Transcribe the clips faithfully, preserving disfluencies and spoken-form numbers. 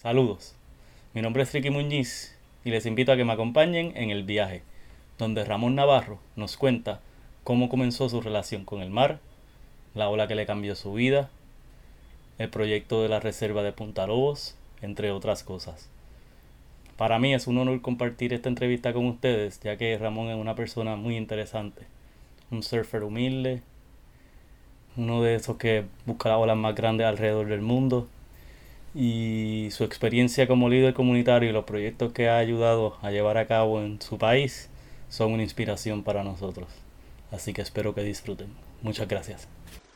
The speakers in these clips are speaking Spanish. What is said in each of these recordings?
Saludos, mi nombre es Ricky Muñiz y les invito a que me acompañen en el viaje, donde Ramón Navarro nos cuenta cómo comenzó su relación con el mar, la ola que le cambió su vida, el proyecto de la reserva de Punta Lobos, entre otras cosas. Para mí es un honor compartir esta entrevista con ustedes, ya que Ramón es una persona muy interesante, un surfer humilde, uno de esos que busca las olas más grandes alrededor del mundo, y su experiencia como líder comunitario y los proyectos que ha ayudado a llevar a cabo en su país son una inspiración para nosotros. Así que espero que disfruten. Muchas gracias.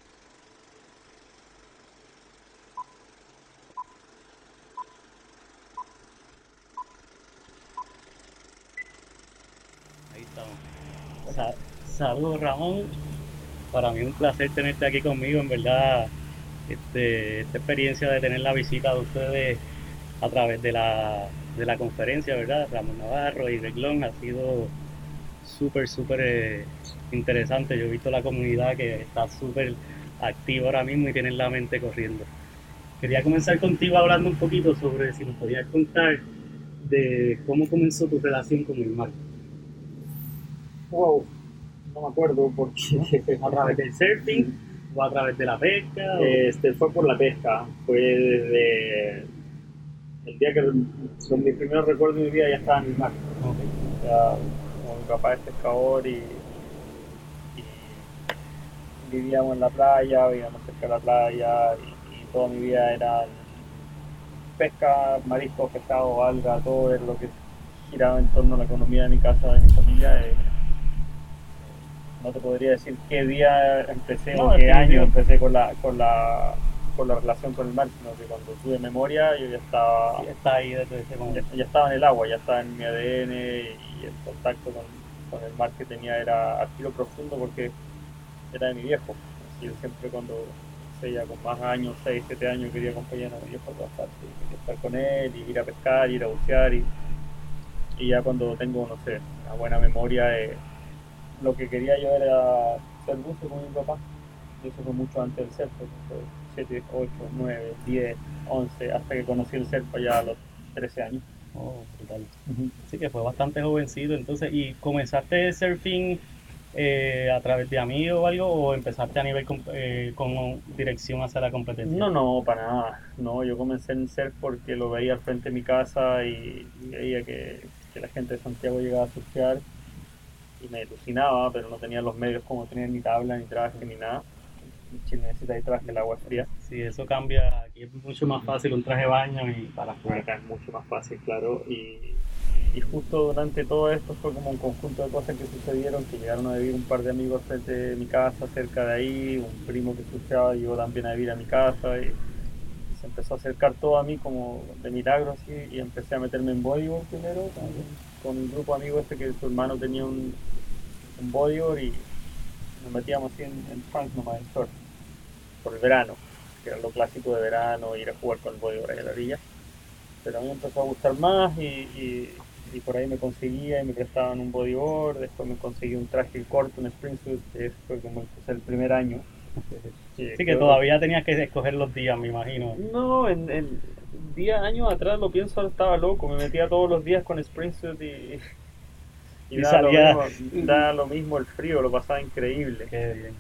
Ahí estamos. Sa- Saludos, Ramón. Para mí es un placer tenerte aquí conmigo. En verdad, este, esta experiencia de tener la visita de ustedes a través de la, de la conferencia, ¿verdad? Ramón Navarro y Reglón ha sido súper, súper eh, interesante. Yo he visto la comunidad que está súper activa ahora mismo y tienen la mente corriendo. Quería comenzar contigo hablando un poquito sobre si nos podías contar de cómo comenzó tu relación con el mar. Wow, no me acuerdo porque ¿A través del surfing o a través de la pesca? O... este, fue por la pesca. Fue desde el día que son mis primeros recuerdos de mi vida ya estaba en el mar. Okay. Ya, como mi papá es pescador y, y vivíamos en la playa, vivíamos cerca de la playa y, y toda mi vida era pesca, mariscos, pescado, alga, todo es lo que giraba en torno a la economía de mi casa, de mi familia. Eh, no te podría decir qué día empecé no, o qué año empecé con la, con la con la relación con el mar, sino que cuando tuve memoria yo ya estaba, sí, está ahí desde ese momento. Ya, ya estaba en el agua, ya estaba en mi A D N y el contacto con, con el mar que tenía era a tiro profundo porque era de mi viejo. Así yo siempre cuando, no sé, ya con más años, seis siete años, quería acompañar a mi viejo a todas partes, quería estar con él y ir a pescar, ir a bucear y, y ya cuando tengo, no sé, una buena memoria, eh, lo que quería yo era ser buzo con mi papá. Y eso fue mucho antes del Serpa, siete, ocho, nueve, diez, once, hasta que conocí el Serpa ya a los trece años. Oh, brutal. Uh-huh. Sí, que fue bastante jovencito. Entonces, ¿y comenzaste surfing eh, a través de amigos o algo? ¿O empezaste a nivel con, eh, con dirección hacia la competencia? No, no, para nada. No, yo comencé en surf porque lo veía al frente de mi casa y, y veía que, que la gente de Santiago llegaba a surfear y me alucinaba, pero no tenía los medios como tener ni tabla, ni traje, ni nada. En Chile necesita traje, el agua es fría. Sí, eso cambia. Aquí es mucho más fácil un traje de baño y para afuera. Acá es mucho más fácil, claro. Y, y justo durante todo esto fue como un conjunto de cosas que sucedieron, que llegaron a vivir un par de amigos frente de mi casa, cerca de ahí, un primo que surfeaba llegó también a vivir a mi casa y se empezó a acercar todo a mí como de milagro así y empecé a meterme en bodyboard primero con, con un grupo de amigos este que su hermano tenía un, un bodyboard y nos metíamos así en, en trunk nomás, en surf, por el verano, que era lo clásico de verano, ir a jugar con el bodyboard ahí a la orilla. Pero a mí me empezó a gustar más y, y, y por ahí me conseguía y me prestaban un bodyboard, después me conseguí un traje corto, un springsuit, que fue como el primer año. Sí, que todavía tenías que escoger los días, me imagino. No, en, en día, años atrás lo pienso, estaba loco, me metía todos los días con springsuit y, y, Y daba, salía... lo mismo, daba lo mismo el frío, lo pasaba increíble. Qué bien.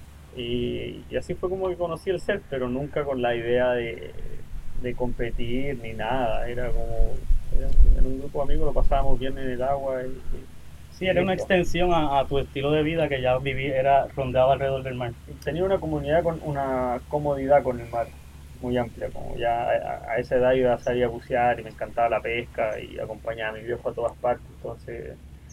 Y, y así fue como que conocí el surf, pero nunca con la idea de, de competir ni nada, era como, era, en un grupo de amigos lo pasábamos bien en el agua. Y, y, Sí, era una extensión a, a tu estilo de vida que ya viví, era rondeado alrededor del mar. Tenía una comunidad con una comodidad con el mar muy amplia, como ya a, a esa edad yo ya sabía bucear y me encantaba la pesca y acompañaba a mi viejo a todas partes, entonces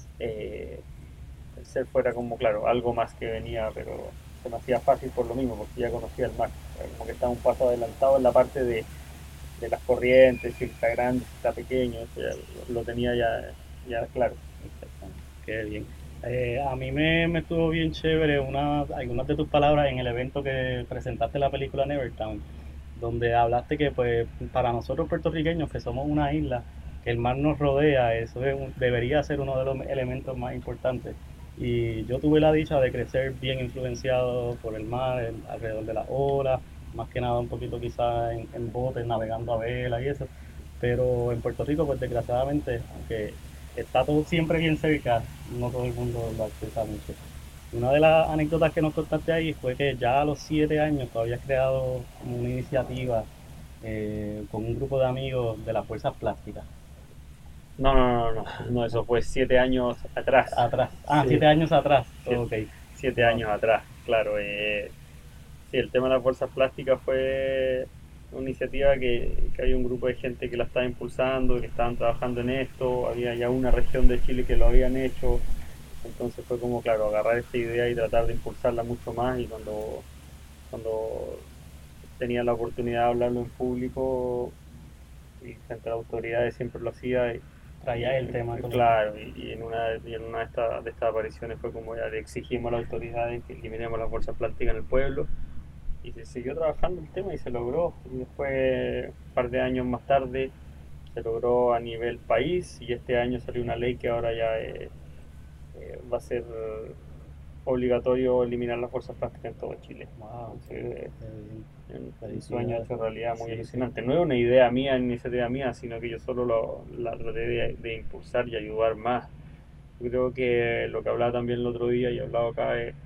eh, el surf fuera como, claro, algo más que venía, pero se me hacía fácil por lo mismo, porque ya conocía el mar, como que estaba un paso adelantado en la parte de, de las corrientes, si está grande, si está pequeño, eso ya lo, lo tenía ya, ya claro. Qué bien. Eh, a mí me, me estuvo bien chévere una, algunas de tus palabras en el evento que presentaste la película Nevertown, donde hablaste que pues para nosotros puertorriqueños que somos una isla, que el mar nos rodea, eso es un- debería ser uno de los elementos más importantes. Y yo tuve la dicha de crecer bien influenciado por el mar, el- alrededor de las olas, más que nada un poquito quizás en, en botes, navegando a vela y eso. Pero en Puerto Rico, pues desgraciadamente, aunque está todo siempre bien cerca, no todo el mundo lo accesa mucho. Una de las anécdotas que nos contaste ahí fue que ya a los siete años tú habías creado como una iniciativa eh, con un grupo de amigos de las fuerzas plásticas. No, no, no, no, no, eso fue siete años atrás. Atrás. Ah, Sí, siete años atrás. siete, Ok. siete Wow. años atrás, claro. Eh, sí, el tema de las bolsas plásticas fue una iniciativa que, que había un grupo de gente que la estaba impulsando, que estaban trabajando en esto, había ya una región de Chile que lo habían hecho, entonces fue como, claro, agarrar esta idea y tratar de impulsarla mucho más y cuando, cuando tenía la oportunidad de hablarlo en público y frente a las autoridades siempre lo hacía y, Traías el tema y, con el... claro, y, y en una, y en una de, estas, de estas apariciones fue como ya le exigimos a las autoridades que eliminemos las bolsas plásticas en el pueblo y se siguió trabajando el tema y se logró. Y después, un par de años más tarde, se logró a nivel país y este año salió una ley que ahora ya eh, eh, va a ser obligatorio eliminar las bolsas plásticas en todo Chile. Wow. Entonces, Qué bien. un, un sueño Felicidades. hecho realidad muy Sí, sí. alucinante. No es una idea mía, ni iniciativa mía, sino que yo solo lo, la traté de, de impulsar y ayudar más. Yo creo que lo que hablaba también el otro día y he hablado acá es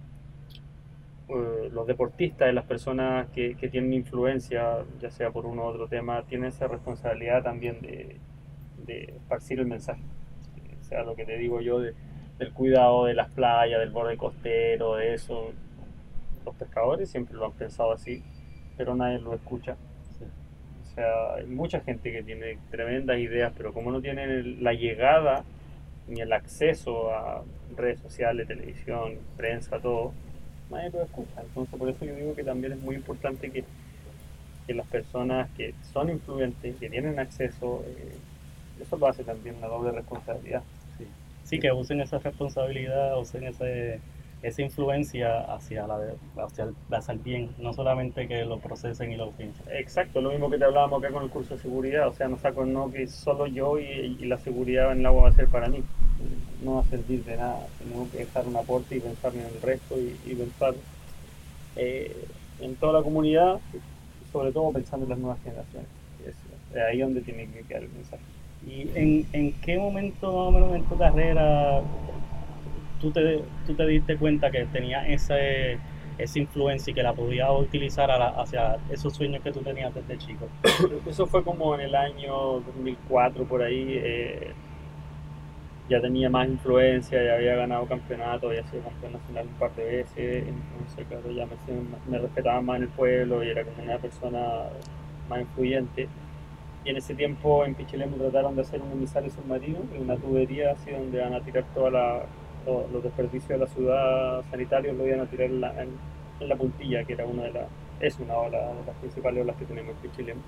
eh, los deportistas y las personas que, que, tienen influencia, ya sea por uno u otro tema, tienen esa responsabilidad también de, de esparcir el mensaje. O sea, lo que te digo yo de, del cuidado de las playas, del borde costero, de eso. Los pescadores siempre lo han pensado así, pero nadie lo escucha. Sí. O sea, hay mucha gente que tiene tremendas ideas, pero como no tienen la llegada ni el acceso a redes sociales, televisión, prensa, todo, nadie lo escucha. Entonces, por eso yo digo que también es muy importante que, que las personas que son influyentes, que tienen acceso, eh, eso lo hace también una doble responsabilidad. Sí. Sí, que usen esa responsabilidad, usen ese, esa influencia hacia, la, hacia, el, hacia el bien, no solamente que lo procesen y lo utilicen. Exacto, lo mismo que te hablábamos acá con el curso de seguridad, o sea, no saco no que solo yo y, y la seguridad en el agua va a ser para mí, no va a servir de nada, tenemos que dejar un aporte y pensar en el resto y, y pensar eh, en toda la comunidad, sobre todo pensando en las nuevas generaciones, es, es ahí donde tiene que quedar el mensaje. ¿Y en, en qué momento más o menos en tu carrera tú te, tú te diste cuenta que tenía ese, esa influencia y que la podías utilizar a la, hacia esos sueños que tú tenías desde chico? Eso fue como en el año dos mil cuatro por ahí, eh, ya tenía más influencia, ya había ganado campeonato, había sido campeón nacional un par de veces, entonces claro, ya me, me respetaban más en el pueblo y era como una persona más influyente. Y en ese tiempo en Pichilemu trataron de hacer un emisario submarino, una tubería así donde van a tirar todos todo los desperdicios de la ciudad sanitarios, lo iban a tirar en la, en, en la puntilla, que era una de las, es una ola de las principales olas que tenemos en Pichilemu.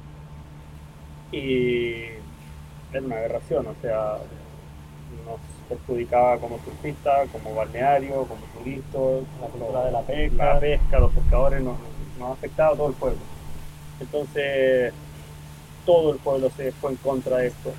Y era una aberración, o sea, nos perjudicaba como surfistas, como balneario, como turistas, La cultura de la pesca. la pesca, los pescadores, nos, nos afectaba a todo el pueblo. Entonces, todo el pueblo se fue en contra de esto.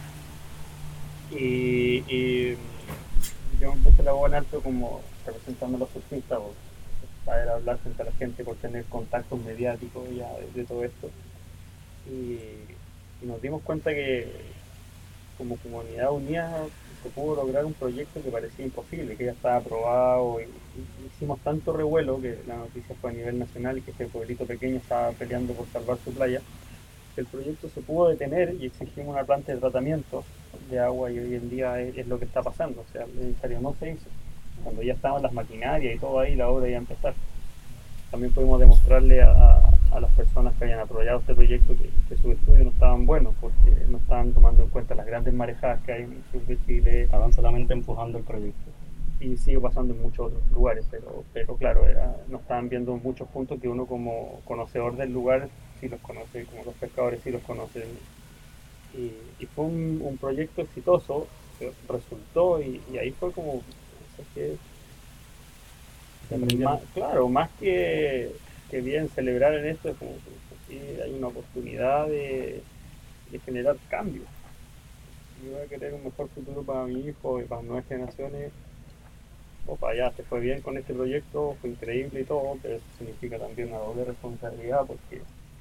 Y, y yo me puse la voz en alto como representando a los surfistas, por saber hablar frente a la gente, por tener contactos mediáticos ya de, de todo esto. Y, y nos dimos cuenta que como comunidad unida se pudo lograr un proyecto que parecía imposible, que ya estaba aprobado y, y hicimos tanto revuelo que la noticia fue a nivel nacional y que este pueblito pequeño estaba peleando por salvar su playa, que el proyecto se pudo detener y exigimos una planta de tratamiento de agua y hoy en día es, es lo que está pasando, o sea, el emisario no se hizo, cuando ya estaban las maquinarias y todo ahí la obra iba a empezar. También pudimos demostrarle a, a, a las personas que habían apoyado este proyecto que, que sus estudios no estaban buenos porque no estaban tomando en cuenta las grandes marejadas que hay en el sur de Chile. Estaban solamente empujando el proyecto. Y sigue pasando en muchos otros lugares, pero, pero claro, era, no estaban viendo muchos puntos que uno como conocedor del lugar sí los conoce, como los pescadores sí los conocen. Y, y fue un, un, proyecto exitoso, resultó y, y ahí fue como, no sé qué, más, claro, más que, que bien celebrar en esto, es como que sí, hay una oportunidad de, de generar cambios. Yo voy a querer un mejor futuro para mi hijo y para nuevas generaciones. Opa, ya te fue bien con este proyecto, fue increíble y todo, pero eso significa también una doble responsabilidad porque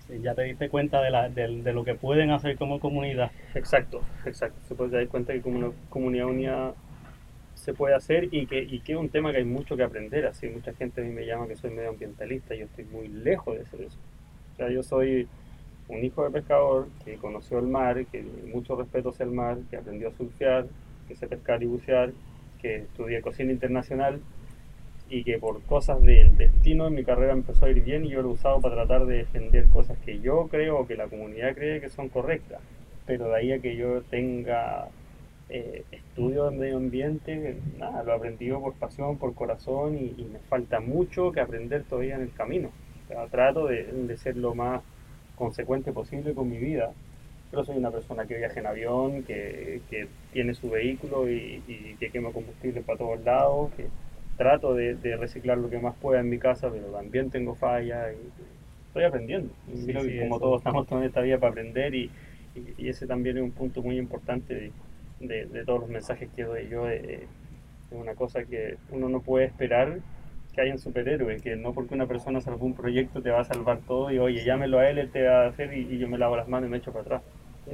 Sí, ya te diste cuenta de, la, de, de lo que pueden hacer como comunidad. Exacto, exacto. Se puede dar cuenta que como una comunidad unida se puede hacer y que, y que es un tema que hay mucho que aprender. Así, mucha gente a mí me llama que soy medioambientalista, yo estoy muy lejos de ser eso. O sea, yo soy un hijo de pescador que conoció el mar, que tiene mucho respeto hacia el mar, que aprendió a surfear, que sé pescar y bucear, que estudié cocina internacional y que por cosas del destino en mi carrera empezó a ir bien y yo lo he usado para tratar de defender cosas que yo creo o que la comunidad cree que son correctas. Pero de ahí a que yo tenga eh, estudio de medio ambiente, nada, lo he aprendido por pasión, por corazón y, y me falta mucho que aprender todavía en el camino. O sea, trato de, de ser lo más consecuente posible con mi vida, pero soy una persona que viaja en avión, que, que tiene su vehículo y, y que quema combustible para todos lados, que trato de, de reciclar lo que más pueda en mi casa, pero también tengo fallas y estoy aprendiendo. Y Sí, creo sí, que como eso. todos estamos toda esta vida para aprender y, y, y ese también es un punto muy importante de, de, de todos los mensajes que doy yo. Es una cosa que uno no puede esperar que haya un superhéroe, que no porque una persona salvó un proyecto te va a salvar todo y oye, Sí. llámelo a él, él te va a hacer y, y yo me lavo las manos y me echo para atrás.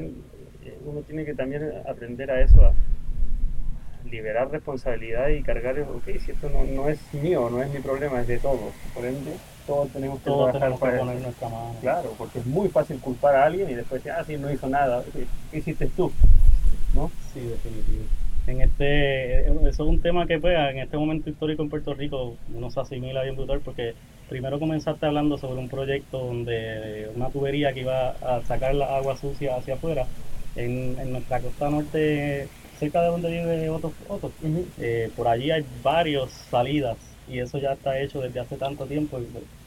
Uno tiene que también aprender a eso, a liberar responsabilidad y cargar, ok, si esto no, no es mío, no es mi problema, es de todos. Por ende, todos tenemos que Todos trabajar tenemos que para poner eso. nuestra mano. Claro, porque es muy fácil culpar a alguien y después decir, ah, sí, no hizo nada. ¿Qué hiciste tú? ¿No? Sí, definitivo. En este, eso es un tema que pues, en este momento histórico en Puerto Rico uno se asimila bien brutal porque primero comenzaste hablando sobre un proyecto donde una tubería que iba a sacar la agua sucia hacia afuera en, en nuestra costa norte, cerca de donde vive Otto, Otto. Uh-huh. Eh, por allí hay varias salidas y eso ya está hecho desde hace tanto tiempo,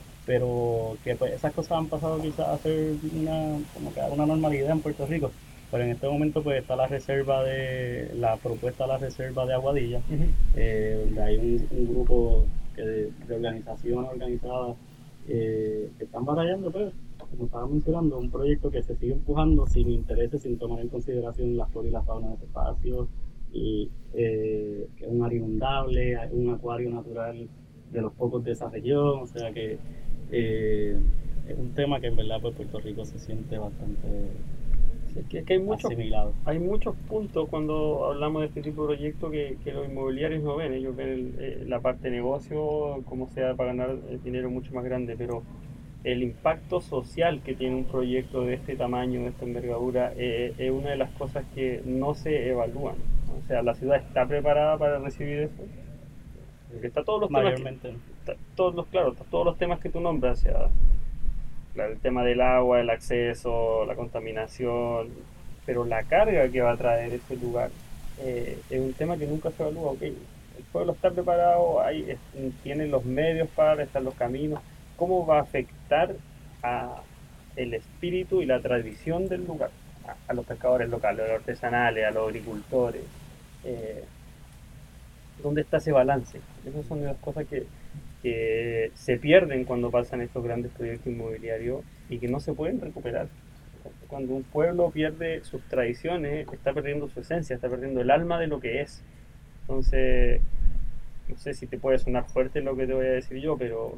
pero que pues esas cosas han pasado quizás a ser una, como que una normalidad en Puerto Rico. Pero en este momento pues está la reserva de, la propuesta de la reserva de Aguadilla, Uh-huh. eh, donde hay un, un grupo que de, de organizaciones organizadas eh, que están batallando, pues, como estaba mencionando, un proyecto que se sigue empujando sin intereses, sin tomar en consideración la flora y la fauna de ese espacio, y eh, que es un área inundable, un acuario natural de los pocos de esa región, o sea que eh, es un tema que en verdad pues Puerto Rico se siente bastante Es que, es que hay, muchos, asimilado. hay muchos puntos cuando hablamos de este tipo de proyectos que, que los inmobiliarios no ven. Ellos ven el, eh, la parte de negocio, cómo sea para ganar dinero mucho más grande, pero el impacto social que tiene un proyecto de este tamaño, de esta envergadura, eh, es una de las cosas que no se evalúan. O sea, la ciudad está preparada para recibir eso. Porque está todos los Mayormente. temas que, está, todos los, claro, está todos los temas que tú nombras, o sea, el tema del agua, el acceso, la contaminación, pero la carga que va a traer ese lugar eh, es un tema que nunca se evalúa. Okay, el pueblo está preparado, hay, es, tiene los medios para, están los caminos, ¿cómo va a afectar a el espíritu y la tradición del lugar? A, a los pescadores locales, a los artesanales, a los agricultores. Eh, ¿Dónde está ese balance? Esas son las cosas que, que se pierden cuando pasan estos grandes proyectos inmobiliarios y que no se pueden recuperar. Cuando un pueblo pierde sus tradiciones, está perdiendo su esencia, está perdiendo el alma de lo que es. Entonces, no sé si te puede sonar fuerte lo que te voy a decir yo, pero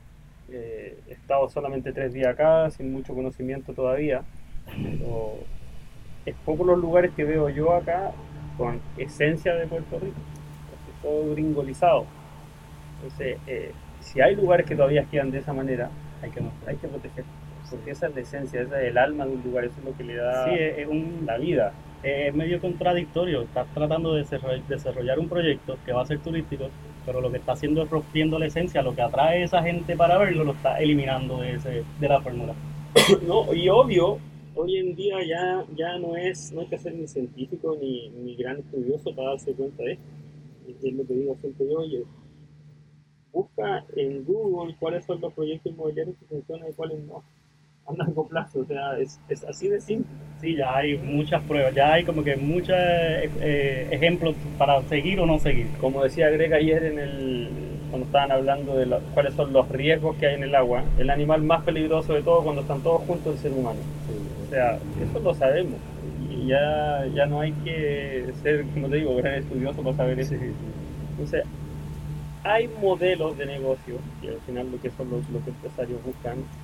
eh, he estado solamente tres días acá, sin mucho conocimiento todavía, pero es pocos los lugares que veo yo acá con esencia de Puerto Rico, todo gringolizado. Entonces, eh, si hay lugares que todavía quedan de esa manera, hay que, hay que proteger, porque esa es la esencia, esa es el alma de un lugar, eso es lo que le da sí, es, es un, la vida. Es medio contradictorio, estás tratando de desarrollar un proyecto que va a ser turístico, pero lo que está haciendo es rompiendo la esencia, lo que atrae a esa gente para verlo, lo está eliminando de, ese, de la fórmula. No, y obvio, hoy en día ya, ya no es, no hay que ser ni científico ni, ni gran estudioso para darse cuenta de esto. Es lo que digo siempre yo, oye, busca en Google cuáles son los proyectos inmobiliarios que funcionan y cuáles no, a largo plazo, o sea, es, es así de simple. Sí, ya hay muchas pruebas, ya hay como que muchos eh, ejemplos para seguir o no seguir. Como decía Greg ayer en el, cuando estaban hablando de lo, cuáles son los riesgos que hay en el agua, el animal más peligroso de todo cuando están todos juntos es el ser humano. Sí. O sea, eso lo sabemos y ya, ya no hay que ser, como te digo, gran estudioso para saber eso. Sí, sí. Entonces, hay modelos de negocio y al final lo que son los, los empresarios buscan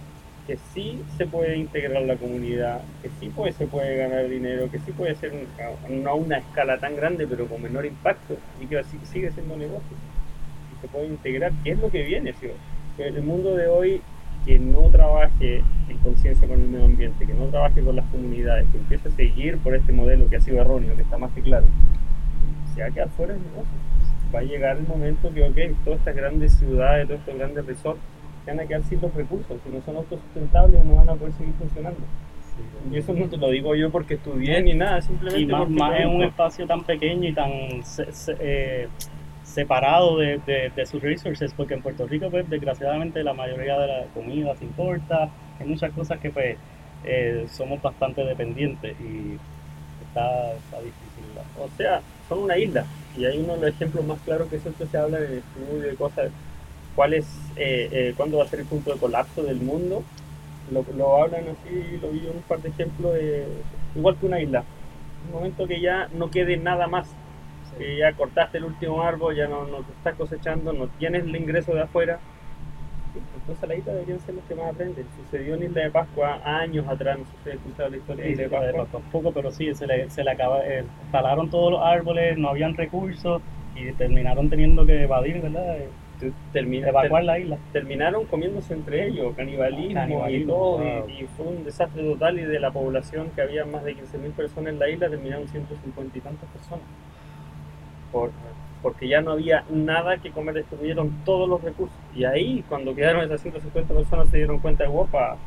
que sí se puede integrar la comunidad, que sí puede, se puede ganar dinero, que sí puede ser un- no a una escala tan grande, pero con menor impacto, y que así sigue siendo negocio, y se puede integrar, ¿qué es lo que viene? ¿Sí? El mundo de hoy que no trabaje en conciencia con el medio ambiente, que no trabaje con las comunidades, que empiece a seguir por este modelo que ha sido erróneo, que está más que claro, se va a quedar fuera del negocio. Va a llegar el momento que, ok, todas estas grandes ciudades, todos estos grandes resorts, se van a quedar sin los recursos, si no son autosustentables no van a poder seguir funcionando. Y eso no te lo digo yo porque estudié ni nada, simplemente Y más, porque más lo en un digo. espacio tan pequeño y tan se- se- eh, separado de, de, de sus resources, porque en Puerto Rico, pues, desgraciadamente, la mayoría de la comida se importa, hay muchas cosas que, pues, eh, somos bastante dependientes y está, está difícil. ¿Verdad? O sea, son una isla. Y hay uno de los ejemplos más claros que siempre se habla en el estudio de cosas, cuál es, eh, eh, cuándo va a ser el punto de colapso del mundo. Lo, lo hablan así, lo vi en un par de ejemplos, de, igual que una isla. Un momento que ya no quede nada más, que ya cortaste el último árbol, ya no, no te estás cosechando, no tienes el ingreso de afuera. Sí, entonces la isla deberían ser los que más aprenden. Sucedió en Isla de Pascua años atrás, no sé si has escuchado la historia de Sí, Isla sí, de se le Pascua. pasó poco, pero sí, se le, se le acaba, eh, talaron todos los árboles, no habían recursos y terminaron teniendo que evadir, ¿verdad? Eh, Termina, evacuar ter, la isla. terminaron comiéndose entre ellos, canibalismo, canibalismo y todo, wow. y, y fue un desastre total. Y de la población, que había más de quince mil personas en la isla, terminaron ciento cincuenta y tantas personas. Por, porque ya no había nada que comer, destruyeron todos los recursos. Y ahí, cuando quedaron esas ciento cincuenta personas, se dieron cuenta de, opa,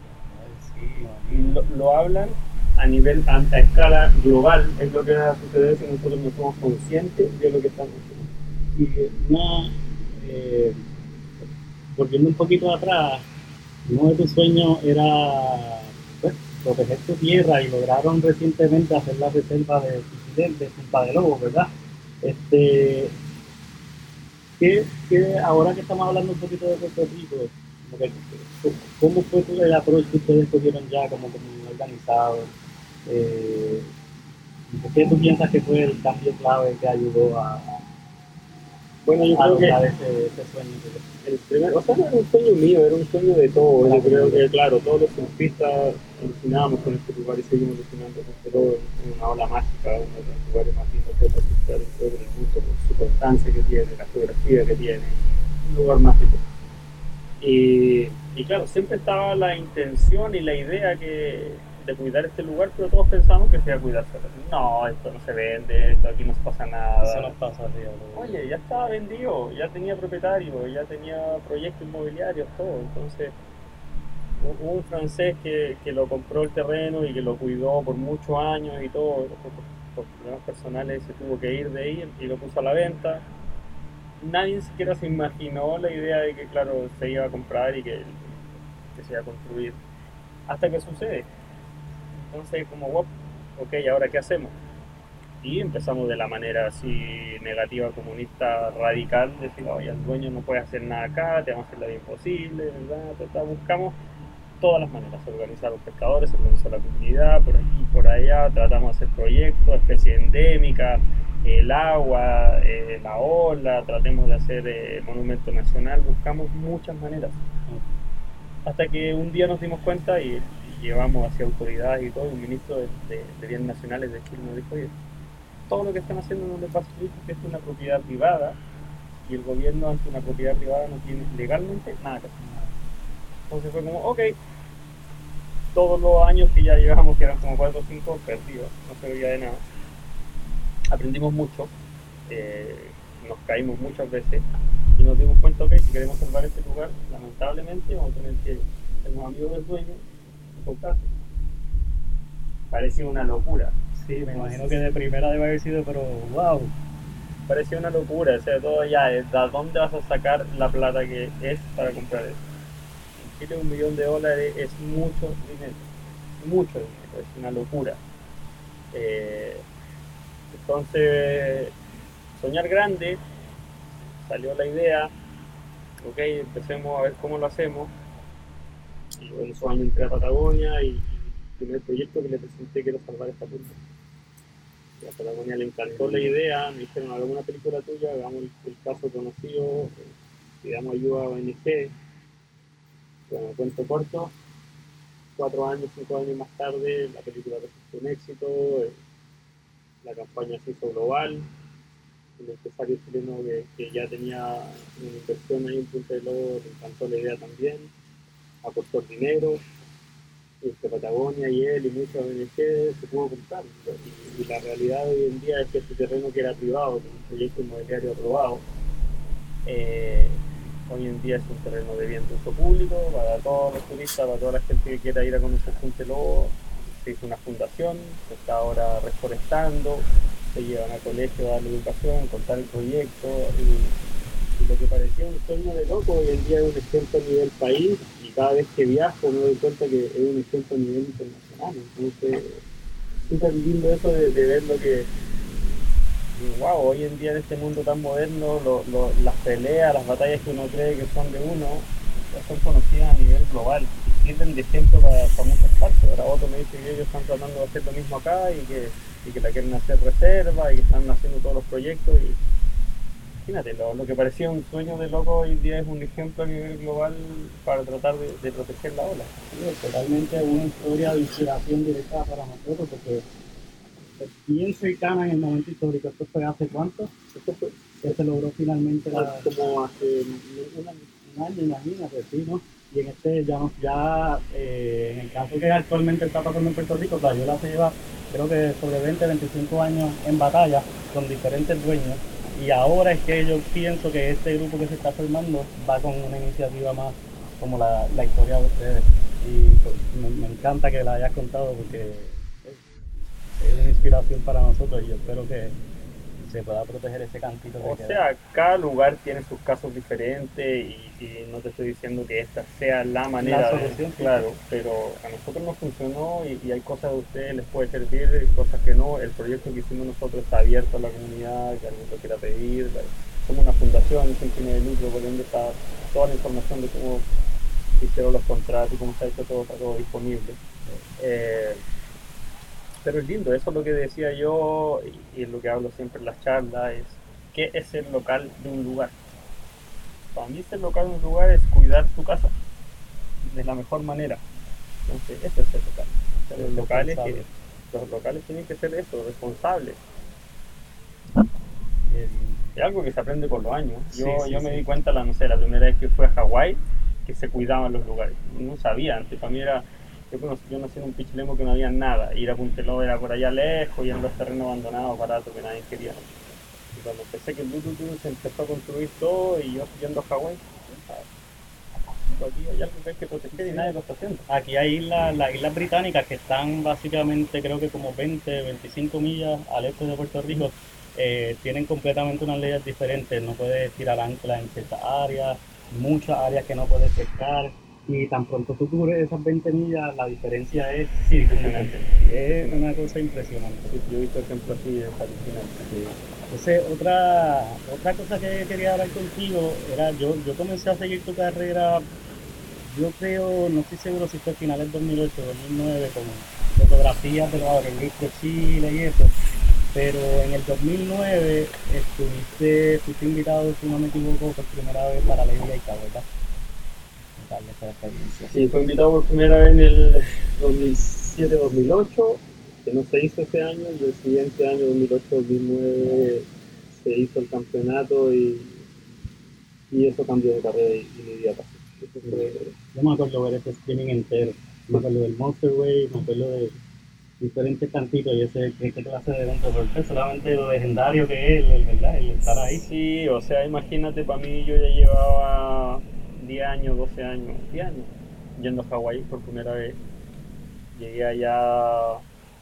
sí, lo, lo hablan a nivel, a, a escala global, es lo que va a suceder si nosotros no somos conscientes de lo que estamos haciendo. Y una, eh, volviendo un poquito atrás, uno de tus sueños era, pues, proteger tu tierra y lograron recientemente hacer la reserva de de Punta de Lobos, ¿verdad? Este, ¿qué, qué, ahora que estamos hablando un poquito de Puerto Rico, como que, ¿cómo fue el approach que ustedes tuvieron ya como comunidad organizado? Eh, ¿Qué tú piensas que fue el cambio clave que ayudó a, bueno, yo a creo lograr que ese, ese sueño? el primer, o sea, no era un sueño mío, era un sueño de todos. Yo creo que, claro, todos los surfistas alucinábamos con este lugar y seguimos alucinando con todo, en una ola mágica, uno de los lugares más lindos de surfear en todo el mundo, por su constancia que tiene, la geografía que tiene, un lugar mágico. Y, y claro, siempre estaba la intención y la idea que, de cuidar este lugar, pero todos pensamos que se iba a cuidar solo. No, esto no se vende, esto aquí no se pasa nada. Eso no pasa, tío. Oye, ya estaba vendido, ya tenía propietario, ya tenía proyectos inmobiliarios, todo. Entonces, hubo un francés que, que lo compró el terreno y que lo cuidó por muchos años y todo, por, por problemas personales se tuvo que ir de ahí y lo puso a la venta. Nadie siquiera se imaginó la idea de que, claro, se iba a comprar y que, que se iba a construir. Hasta que sucede. Entonces, como, wow, ok, ¿ahora qué hacemos? Y empezamos de la manera así negativa, comunista, radical, decir, oye, el dueño no puede hacer nada acá, te vamos a hacer la vida imposible, ¿verdad? Buscamos todas las maneras, organizar a los pescadores, organizar la comunidad, por aquí y por allá, tratamos de hacer proyectos, especie endémica, el agua, eh, la ola, tratemos de hacer eh, monumento nacional, buscamos muchas maneras. Hasta que un día nos dimos cuenta y, y llevamos hacia autoridades y todo, un ministro de, de, de Bienes Nacionales de Chile nos dijo, oye, todo lo que están haciendo no les va a servir porque es una propiedad privada y el gobierno ante una propiedad privada no tiene legalmente nada que hacer. Entonces fue como, ok, todos los años que ya llevamos, que eran como cuatro o cinco, perdidos, no se veía de nada. Aprendimos mucho, eh, nos caímos muchas veces y nos dimos cuenta, ok, si queremos salvar este lugar, lamentablemente vamos a tener que sernos amigos del dueño y comprarse. Parecía una locura. Sí, me imagino que de primera debe haber sido, pero wow. Parecía una locura, o sea, todo ya, ¿de dónde vas a sacar la plata que es para comprar eso? En Chile un millón de dólares es mucho dinero, mucho dinero, es una locura. Eh, entonces, soñar grande, salió la idea, ok, empecemos a ver cómo lo hacemos. Y en esos años entré a Patagonia y, y el primer proyecto que le presenté, quiero salvar esta punta. A Patagonia le encantó la idea, me dijeron, hagamos una película tuya, hagamos el, el caso conocido, eh, pidamos ayuda a O N G. Bueno, cuento corto, cuatro años, cinco años más tarde, la película resultó un éxito, eh, la campaña se hizo global, el empresario chileno que, que ya tenía una inversión ahí en Punta del Lobo, le encantó la idea también, aportó el dinero, y este Patagonia y él y muchas O N G se pudo comprar. Y, y la realidad hoy en día es que este terreno que era privado, con un proyecto inmobiliario aprobado, eh, hoy en día es un terreno de bien de uso público para todos los turistas, para toda la gente que quiera ir a conocer Punta Lobo. Se hizo una fundación, se está ahora reforestando, se llevan a colegio a darle educación, contar el proyecto y, y lo que parecía un sueño de loco hoy en día es un ejemplo a nivel país y cada vez que viajo me doy cuenta que es un ejemplo a nivel internacional. Entonces, súper lindo eso de, de ver lo que y wow, hoy en día en este mundo tan moderno, lo, lo, las peleas, las batallas que uno cree que son de uno, ya son conocidas a nivel global y sirven de ejemplo para, para muchas partes. Ahora otro me dice que ellos están tratando de hacer lo mismo acá y que, y que la quieren hacer reserva y que están haciendo todos los proyectos. Y imagínate, lo, lo que parecía un sueño de loco hoy en día es un ejemplo a nivel global para tratar de, de proteger la ola. Sí, es totalmente una historia de inspiración directa para nosotros porque es bien cercana en el momento histórico. ¿Esto fue hace cuánto? Esto fue, Que se logró finalmente la, como hace un año. un año, imagínate, sí, ¿no? Y en este ya, no- ya eh, en el caso que actualmente está pasando en Puerto Rico, Playola se lleva creo que sobre veinte, veinticinco años en batalla con diferentes dueños y ahora es que yo pienso que este grupo que se está formando va con una iniciativa más como la, la historia de ustedes y pues, me, me encanta que la hayas contado porque es, es una inspiración para nosotros y yo espero que se pueda proteger ese cantito que O queda. sea, cada lugar tiene sus casos diferentes y, y no te estoy diciendo que esta sea la manera La de, solución, sí. claro, pero a nosotros nos funcionó y, y hay cosas de ustedes les puede servir, cosas que no. El proyecto que hicimos nosotros está abierto a la comunidad, que alguien lo quiera pedir. Somos una fundación sin fines de lucro, por ende está toda la información de cómo se hicieron los contratos y cómo se ha hecho todo, está todo disponible. Eh, pero es lindo, eso es lo que decía yo y, y es lo que hablo siempre en las charlas, es qué es ser local de un lugar. Para mí ser local de un lugar es cuidar tu casa de la mejor manera. Entonces, eso es ser local. O sea, los, locales que, los locales tienen que ser eso, responsables. Es algo que se aprende con los años. Yo, sí, sí, yo me sí. di cuenta, la, no sé, la primera vez que fui a Hawái, que se cuidaban los lugares. No sabía antes, para mí era... Yo, yo nací en un pichilemo que no había nada, ir a Punta Lobo era por allá lejos y en los terrenos abandonados, baratos, que nadie quería. Y cuando empecé que el Bluetooth se empezó a construir todo y yo yendo a Hawái, aquí hay algo que hay que proteger y nadie lo está haciendo. Aquí hay islas, las islas británicas que están básicamente creo que como veinte, veinticinco millas al este de Puerto Rico, eh, tienen completamente unas leyes diferentes, no puedes tirar ancla en ciertas áreas, muchas áreas que no puedes pescar. Y tan pronto tú cubres esas veinte millas, la diferencia es sí, impresionante. Es una cosa impresionante. Sí, yo he visto ejemplos así, es alucinante. Sí. Entonces, otra, otra cosa que quería hablar contigo era, yo, yo comencé a seguir tu carrera, yo creo, no estoy seguro si fue a finales dos mil ocho, dos mil nueve, con fotografías de los aerolíneas de Chile y eso. Pero en el dos mil nueve estuviste, fuiste invitado, si no me equivoco, por primera vez para Lady Gaga, ¿verdad? Sí, fue invitado por primera vez en el dos mil siete dos mil ocho, que no se hizo ese año, y el siguiente año, dos mil ocho dos mil nueve, se hizo el campeonato y, y eso cambió de carrera inmediata. Yo me acuerdo ver ese streaming entero, me acuerdo del Monster Wave, me acuerdo de diferentes cantitos y ese qué clase de evento, porque solamente lo legendario que es, el, ¿verdad? El estar ahí. Sí, o sea, imagínate, para mí yo ya llevaba diez años, doce años, diez años yendo a Hawái por primera vez. Llegué allá a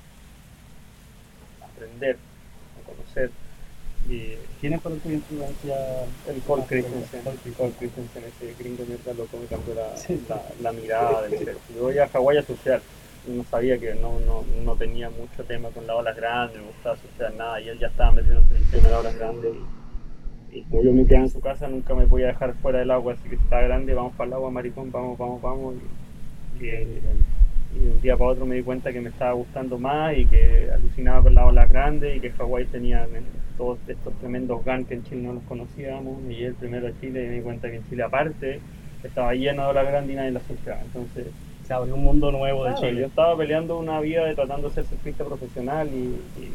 aprender, a conocer. Y ¿Quién fue tu influencia? El Paul Christensen, Paul Christensen, ese gringo mierda loco me cambió la, la, la mirada del ser. Yo voy a Hawái a surfear. No sabía que no, no, no tenía mucho tema con las olas grandes, no me gustaba surfear nada, y él ya estaba metiéndose en el tema de las olas grandes. Y, y como yo me quedaba en su casa, nunca me podía dejar fuera del agua, así que si está grande, vamos para el agua, maricón, vamos, vamos, vamos. Y, y, y un día para otro me di cuenta que me estaba gustando más y que alucinaba con las olas grandes y que Hawái tenía todos estos tremendos guns que en Chile no los conocíamos. Y llegué el primero a Chile y me di cuenta que en Chile aparte estaba lleno de olas grandes y nadie las surfeaba. Entonces, o se abrió un mundo nuevo de Claro, Chile. yo estaba peleando una vida de tratando de ser surfista profesional y, y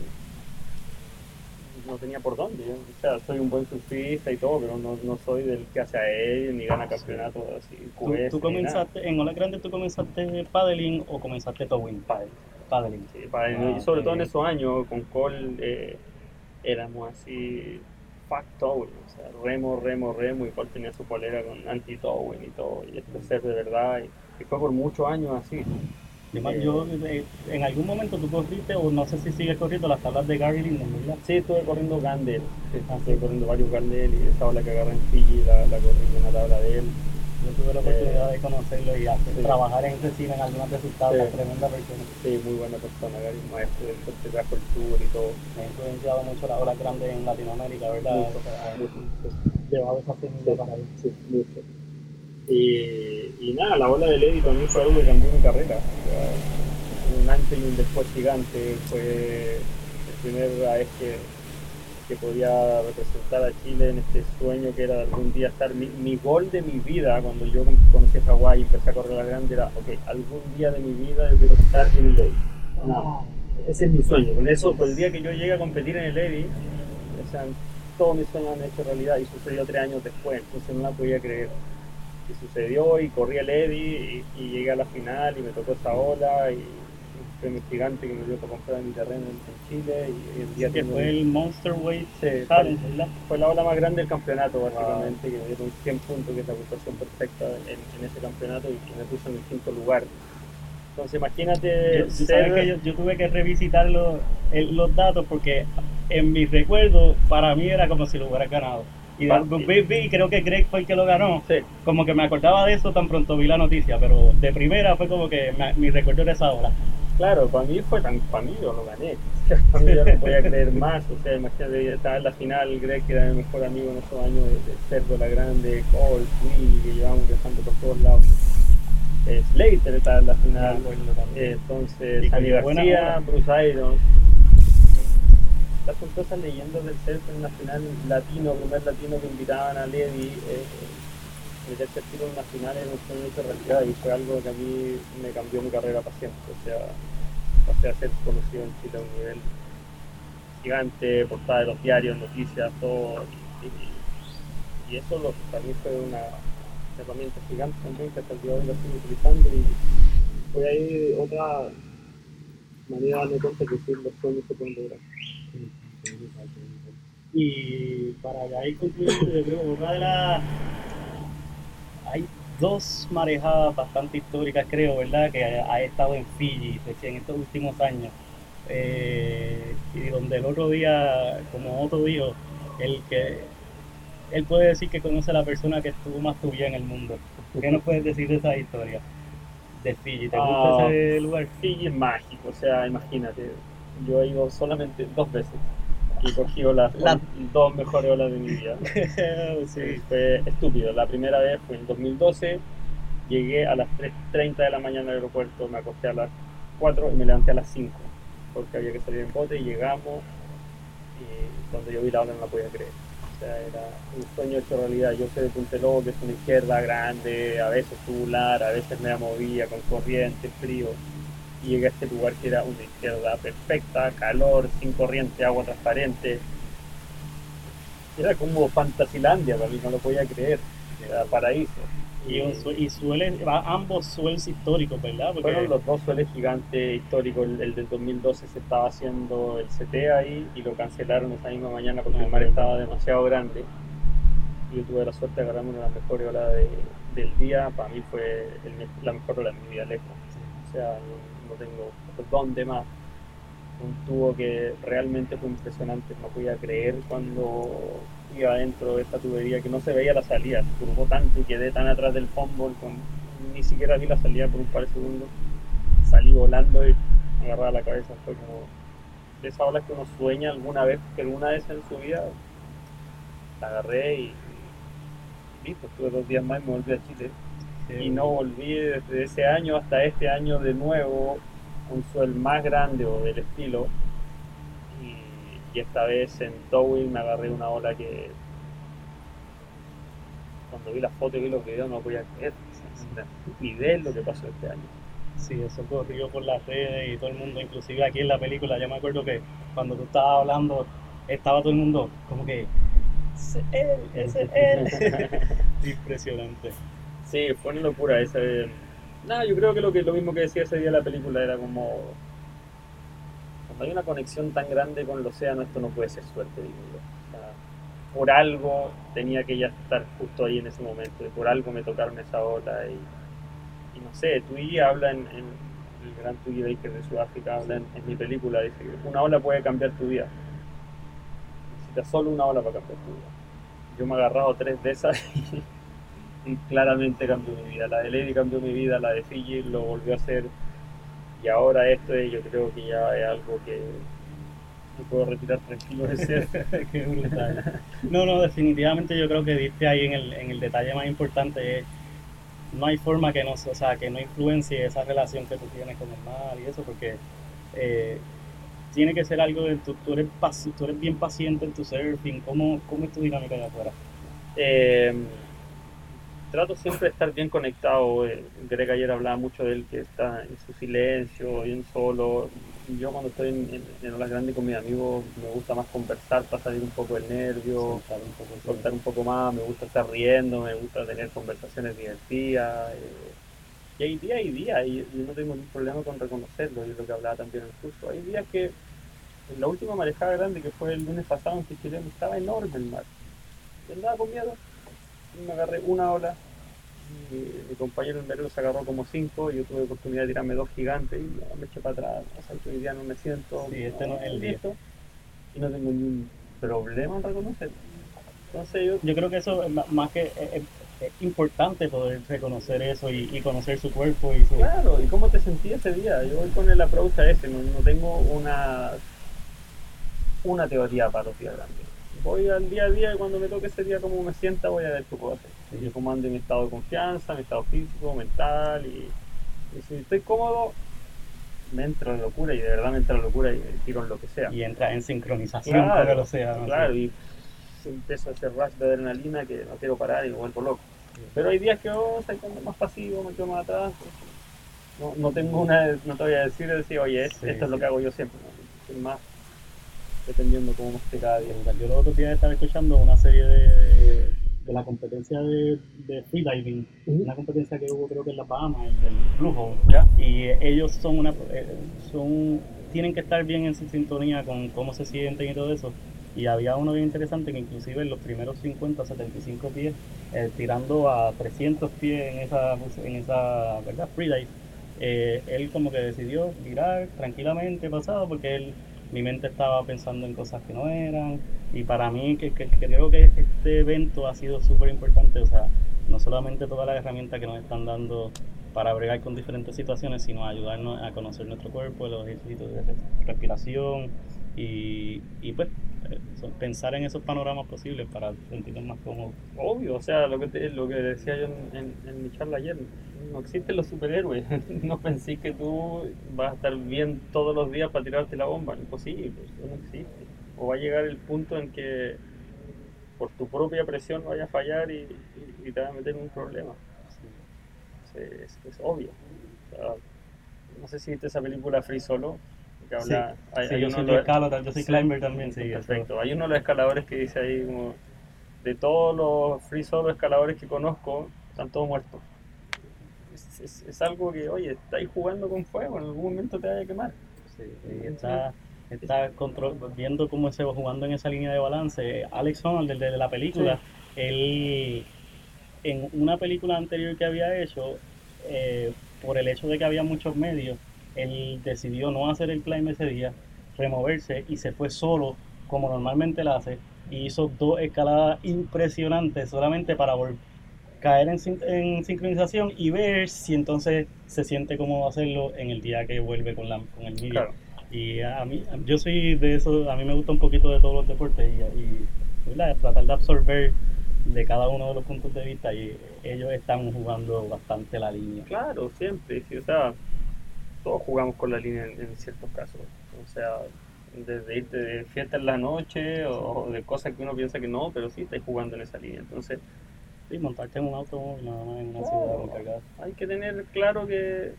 no tenía por dónde. Yo, o sea, soy un buen surfista y todo, pero no, no soy del que hace a él, ni gana campeonatos así, ¿Tú, Q S, tú ni nada. comenzaste, en Olas Grandes tú comenzaste paddling o comenzaste towing? Padre. Paddling. Sí, padre. Ah, Y sobre qué todo en bien. esos años, con Cole, eh, éramos así, fuck towing, o sea, remo, remo, remo, y Cole tenía su polera con anti-towing y todo, y esto es ser de verdad, y, y fue por muchos años así. Yo, me- Eh, yo, eh, en algún momento tú corriste, o no sé si sigues corriendo, las tablas de Gary Linden, ¿verdad? Sí, estuve corriendo Gandel, sí, Ah, estuve sí. corriendo varios Gandel y esa ola que agarra en Fiji, la, la corrí en una tabla de él. Yo tuve la oportunidad de conocerlo y hacer- sí. trabajar en resina en algunas de sus tablas, Sí. tremenda persona. Sí, muy buena persona, Gary, maestro del que trajo el tour y todo. Me ha influenciado mucho las olas grandes en Latinoamérica, ¿verdad? Mucho, O sea, mucho, sí. llevado esa semilla Sí, para ahí. sí, mucho. Y, y nada, la ola de Lady también fue algo que cambió mi carrera. O sea, un antes y un después gigante. Fue la primera vez que, que podía representar a Chile en este sueño que era algún día estar. Mi, mi gol de mi vida, cuando yo conocí a Hawái y empecé a correr a la grande, era: ok, algún día de mi vida yo quiero estar en el Lady. No, ese es mi sueño. Con eso, con el día que yo llegue a competir en el Lady, o sea, todos mis sueños han hecho realidad, y sucedió tres años después, entonces no la podía creer. Y sucedió, y corrí el Eddy y, y llegué a la final y me tocó esa ola, y un premio gigante que me dio para comprar mi terreno en, en Chile, y hoy en día Que tengo fue un- el Monster Wave Sí, Challenge, fue, ¿verdad? fue la ola más grande del campeonato, básicamente, que me dieron cien puntos, que es la puntuación perfecta en, en ese campeonato, y que me puso en el quinto lugar. Entonces imagínate Yo, tú ser... sabes que yo, yo tuve que revisitar los, el- los datos porque en mis recuerdos para mí era como si lo hubiera ganado. Y de- Pa- vi, vi, creo que Greg fue el que lo ganó. Sí. Como que me acordaba de eso tan pronto vi la noticia, pero de primera fue como que me- mi recuerdo era esa hora. Claro, para mí fue tan, para mí yo lo gané. Para mí yo no podía creer más. O sea, imagínate, estaba en la final, Greg, que era mi mejor amigo en esos años, de, de Cerdo la Grande, Cole, Willy, que llevábamos viajando por todos lados. Eh, Slater estaba en la final. Me acuerdo también. Eh, entonces, Y Sani con buena García, hora. Bruce Irons. Estas son cosas leyendas del surf en una final latino, primer latino que invitaban a Levi. Eh, meterse tiro en una final en un sueño de realidad, y fue algo que a mí me cambió mi carrera para siempre. O sea, pasé a ser conocido en Chile a un nivel gigante, portada de los diarios, noticias, todo. Y, y- y eso lo, para mí fue una herramienta gigante también, que hasta el día de hoy la estoy utilizando, y fue ahí otra manera de darme cuenta que sí, los sueños se pueden lograr. Y para ya ir concluyendo, yo creo que una de las... Hay dos marejadas bastante históricas, creo, ¿verdad? Que ha, ha estado en Fiji recién en estos últimos años. Eh, y donde el otro día, como otro dijo, el que él puede decir que conoce a la persona que estuvo más tu vida en el mundo. ¿Qué nos puedes decir de esa historia de Fiji? ¿Te gusta Ah, ese lugar? Fiji es mágico, o sea, imagínate, yo he ido solamente dos veces y he cogido las La- dos mejores olas de mi vida. Sí. Fue estúpido. La primera vez fue en dos mil doce, llegué a las tres treinta de la mañana al aeropuerto, me acosté a las cuatro y me levanté a las cinco, porque había que salir en bote, y llegamos, y cuando yo vi la ola no la podía creer. O sea, era un sueño hecho realidad. Yo soy de Punta Lobo, que es una izquierda grande, a veces tubular, a veces media movida, con corriente, frío. Y llegué a este lugar que era una izquierda perfecta, calor, sin corriente, agua transparente. Era como Fantasilandia, para mí no lo podía creer. Era paraíso. Y, y suelen, ambos sueles históricos, ¿verdad? Porque Fueron los dos sueles gigantes históricos. El, el del dos mil doce se estaba haciendo el C T ahí y lo cancelaron esa misma mañana porque el mar estaba demasiado grande. Yo tuve la suerte de agarrarme una de las mejores olas de, del día. Para mí fue el, la mejor ola de mi vida, lejos. O sea, no, no tengo dónde más. Un tubo que realmente fue impresionante. No podía creer cuando iba adentro de esta tubería que no se veía la salida. Se turbó tanto y quedé tan atrás del fútbol, con ni siquiera vi la salida por un par de segundos. Salí volando y me agarraba la cabeza. Fue como de esas olas que uno sueña alguna vez, que alguna vez en su vida la agarré y, y listo. Estuve dos días más y me volví a Chile. Sí. Y no volví desde ese año hasta este año de nuevo, un suel más grande o del estilo. Y, y esta vez en towing me agarré una ola que cuando vi las fotos y vi los videos no podía creer. Es una estupidez lo que pasó este año. Sí, eso corrió por las redes y todo el mundo, inclusive aquí en la película, yo me acuerdo que cuando tú estabas hablando, estaba todo el mundo como que, ese es él, ese es él. Impresionante. Sí, fue una locura ese. Nada, yo creo que lo que lo mismo que decía ese día la película era como cuando hay una conexión tan grande con el océano, esto no puede ser suerte, digo yo. O sea, por algo tenía que ya estar justo ahí en ese momento, y por algo me tocaron esa ola y, y no sé, Twiggy habla en, en el gran Twiggy Baker de Sudáfrica, habla en, en mi película, dice que una ola puede cambiar tu vida, necesitas solo una ola para cambiar tu vida. Yo me he agarrado tres de esas y, y claramente cambió mi vida. La de Lady cambió mi vida, la de Fiji lo volvió a hacer y ahora esto yo creo que ya es algo que me puedo retirar tranquilo de ser. Qué brutal. No, no, definitivamente yo creo que diste ahí en el, en el detalle más importante. Es, no hay forma que no, o sea, que no influencie esa relación que tú tienes con el mar y eso, porque eh, tiene que ser algo de tú, tú, eres, tú eres bien paciente en tu surfing. ¿Cómo, cómo es tu dinámica de afuera? Eh, trato siempre de estar bien conectado. eh, Greg ayer hablaba mucho de él que está en su silencio, bien solo. Yo cuando estoy en, en, en olas grandes con mis amigos me gusta más conversar para salir un poco del nervio, Soltar un poco, soltar un poco más, me gusta estar riendo, me gusta tener conversaciones divertidas. eh, y hay días y días, y yo no tengo ningún problema con reconocerlo, y es lo que hablaba también en el curso. Hay días que en la última marejada grande que fue el lunes pasado en Pichilemu estaba enorme el mar. Yo andaba con miedo, y me agarré una ola, mi, mi compañero el merero se agarró como cinco, y yo tuve oportunidad de tirarme dos gigantes y no, me eché para atrás. O sea, que hoy día no me siento, sí, este no es el día. listo, y no tengo ningún problema en reconocerlo. Entonces yo, Yo creo que eso es más que es, es- es importante poder reconocer eso y, y conocer su cuerpo y su... claro, ¿y cómo te sentí ese día? Yo voy con el approach a ese, no, no tengo una, una teoría para los días grandes. Voy al día a día y cuando me toque ese día como me sienta voy a ver qué puedo hacer. Y yo cómo ande mi estado de confianza, mi estado físico, mental y, y si estoy cómodo me entro en locura y de verdad me entra en locura y tiro en lo que sea. Y entra en sincronización claro, con el océano. Claro, ¿sí? Y empiezo a hacer rush de adrenalina que no quiero parar y me vuelvo loco. Pero hay días que oh, estoy más pasivo, me quedo más atrás. No, no tengo una, no te voy a decir, decir oye, sí, esto es lo que hago yo siempre. ¿No? Es más dependiendo cómo me esté cada día. Yo los otros días estaba escuchando una serie de, de la competencia de, de freediving, uh-huh. Una competencia que hubo creo que en las Bahamas, en el Blue Hole, ¿ya? Y ellos son una, son, tienen que estar bien en su sintonía con cómo se sienten y todo eso. Y había uno bien interesante que inclusive en los primeros cincuenta, setenta y cinco pies, eh, tirando a trescientos pies en esa, en esa ¿verdad? Freedive, eh, él como que decidió tirar tranquilamente pasado porque él mi mente estaba pensando en cosas que no eran y para mí que, que, que creo que este evento ha sido súper importante, o sea, no solamente todas las herramientas que nos están dando para bregar con diferentes situaciones, sino ayudarnos a conocer nuestro cuerpo, los ejercicios de respiración y, y pues pensar en esos panoramas posibles para sentirnos más cómodos. Obvio, o sea, lo que, te, lo que decía yo en, en, en mi charla ayer, no existen los superhéroes. No pensé que tú vas a estar bien todos los días para tirarte la bomba. Imposible, eso no existe. O va a llegar el punto en que por tu propia presión vaya a fallar y, y, y te va a meter en un problema. Sí. Es, es, obvio. O sea, no sé si viste esa película Free Solo. Que habla, sí, hay, sí, hay yo, uno soy lo, escalada, yo soy sí, climber también. Sí, perfecto. Eso. Hay uno de los escaladores que dice ahí como de todos los free solo escaladores que conozco, están todos muertos. Es, es, es algo que, oye, estáis jugando con fuego, en algún momento te vaya a quemar. Sí, y está, está control, viendo cómo se va jugando en esa línea de balance. Alex Honnold, desde de la película, sí. Él, en una película anterior que había hecho, eh, por el hecho de que había muchos medios, él decidió no hacer el climb ese día, removerse y se fue solo, como normalmente lo hace, y hizo dos escaladas impresionantes solamente para volver caer en, en sincronización y ver si entonces se siente cómodo hacerlo en el día que vuelve con, la, con el media. Claro. Y a mí, yo soy de eso, a mí me gusta un poquito de todos los deportes y, y ¿verdad? Tratar de absorber de cada uno de los puntos de vista y ellos están jugando bastante la línea. Claro, siempre, sí, o sea, todos jugamos con la línea en, en ciertos casos, o sea, desde irte de fiesta en la noche o de cosas que uno piensa que no, pero sí estáis jugando en esa línea, entonces sí, montarte en un automóvil nada más en una claro, ciudad muy cargada. Hay que tener claro que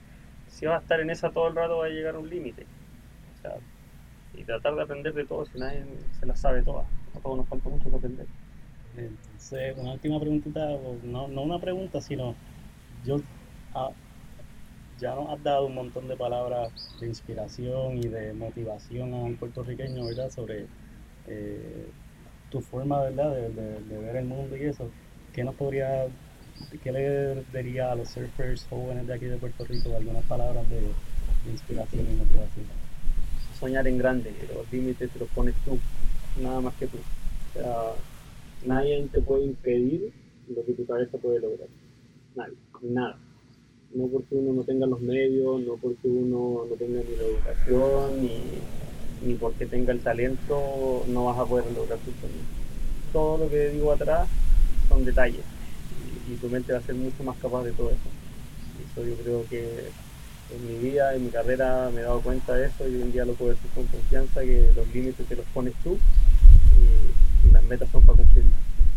si vas a estar en esa todo el rato va a llegar a un límite. O sea, y tratar de aprender de todo, si nadie se las sabe todas. A todos nos falta mucho que aprender. Entonces, una última preguntita, no, no una pregunta, sino yo ah, ya nos has dado un montón de palabras de inspiración y de motivación a un puertorriqueño, ¿verdad? Sobre eh, tu forma, ¿verdad? De, de, de ver el mundo y eso. ¿Qué nos podría, qué le diría a los surfers jóvenes de aquí de Puerto Rico algunas palabras de, de inspiración y motivación? Soñar en grande, que los límites te los pones tú, nada más que tú. O sea, nadie te puede impedir lo que tu cabeza puede lograr. Nadie, nada. No porque uno no tenga los medios, no porque uno no tenga ni la educación, ni, ni porque tenga el talento, no vas a poder lograr tus sueños. Todo lo que digo atrás son detalles y, y tu mente va a ser mucho más capaz de todo eso. Y eso yo creo que en mi vida, en mi carrera me he dado cuenta de eso y hoy en día lo puedo decir con confianza, que los límites te los pones tú y, y las metas son para cumplirlas.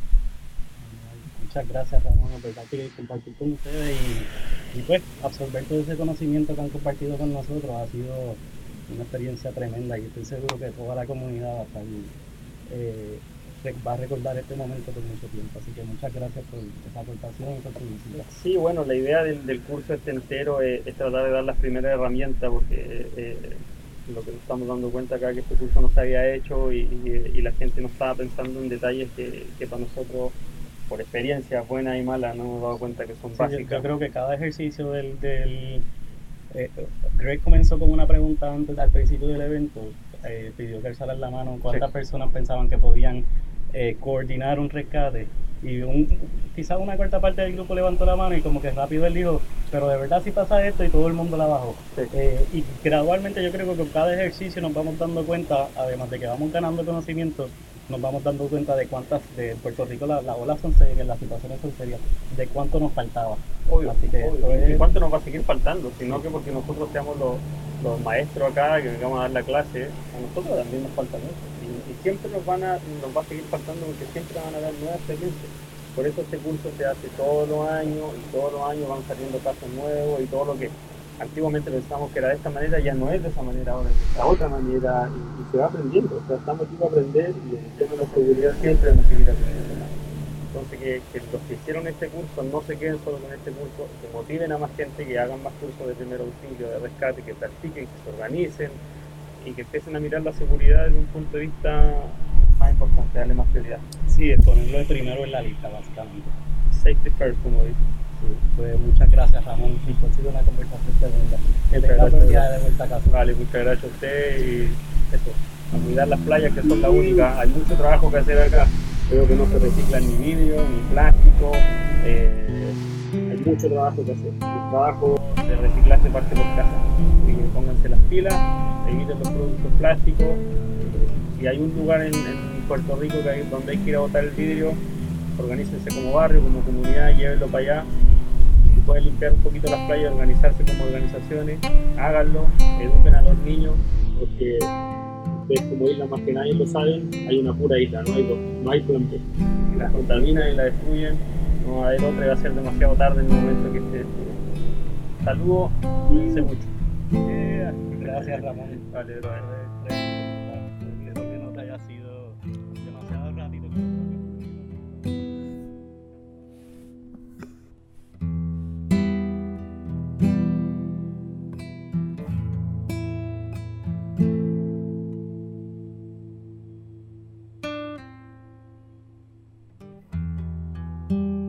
Muchas gracias, Ramón, por compartir con ustedes y, y pues absorber todo ese conocimiento que han compartido con nosotros. Ha sido una experiencia tremenda y estoy seguro que toda la comunidad va a, estar, eh, va a recordar este momento por mucho tiempo. Así que muchas gracias por esa aportación y por tu visita. Sí, bueno, la idea del, del curso este entero es, es tratar de dar las primeras herramientas porque eh, lo que nos estamos dando cuenta acá es que este curso no se había hecho y, y, y la gente no estaba pensando en detalles que, que para nosotros, por experiencia buena y mala, no hemos dado cuenta que son Sí, básicas. Yo, yo creo que cada ejercicio del... del eh, Greg comenzó con una pregunta antes, al principio del evento, eh, pidió que alzaran la mano cuántas sí. personas pensaban que podían eh, coordinar un rescate y un, quizás una cuarta parte del grupo levantó la mano y como que rápido él dijo, pero de verdad si pasa esto y todo el mundo la bajó. Sí. Eh, y gradualmente yo creo que con cada ejercicio nos vamos dando cuenta, además de que vamos ganando conocimiento, nos vamos dando cuenta de cuántas, de Puerto Rico las la olas son serias, las situaciones son serias, de cuánto nos faltaba. Obvio, Así que obvio. Es... ¿Y cuánto nos va a seguir faltando? Sino que porque nosotros seamos los, los maestros acá, que vengamos a dar la clase, a nosotros también nos falta mucho. Y, y siempre nos, van a, nos va a seguir faltando porque siempre van a dar nuevas experiencias. Por eso este curso se hace todos los años y todos los años van saliendo casos nuevos y todo lo que antiguamente pensamos que era de esta manera ya no es de esa manera, ahora es de esta otra manera y, y se va aprendiendo. O sea, estamos aquí para aprender y en el tema de la seguridad siempre vamos a seguir aprendiendo más. Entonces que, que los que hicieron este curso no se queden solo con este curso, que motiven a más gente, que hagan más cursos de primer auxilio, de rescate, que practiquen, que se organicen y que empiecen a mirar la seguridad desde un punto de vista más importante, darle más prioridad. Sí, es ponerlo de primero en la lista, básicamente. Safety first, como dice. Sí, pues muchas gracias, Ramón. Sí, ha sido una conversación tremenda. Que tenga buen día de vuelta a casa. Vale, muchas gracias a usted y eso, a cuidar las playas que son la única. Hay mucho trabajo que hacer acá. Creo que no se reciclan ni vidrio, ni plástico. Eh, hay mucho trabajo que hacer. El trabajo de reciclaje parte por casa. Así que pónganse las pilas, eviten los productos plásticos. Si hay un lugar en, en Puerto Rico que hay, donde hay que ir a botar el vidrio, organícense como barrio, como comunidad, llévenlo para allá. Si pueden limpiar un poquito las playas, organizarse como organizaciones, háganlo, eduquen a los niños, porque ustedes como isla más que nadie lo saben, hay una pura isla, no hay dos, no hay plan B. Si las contaminan y la destruyen, no va a haber otra y va a ser demasiado tarde en el momento que esté destruida. Saludos, cuídense mucho. Yeah. Gracias, Ramón. Vale, brother. Espero que no te haya sido demasiado rápido. Thank you.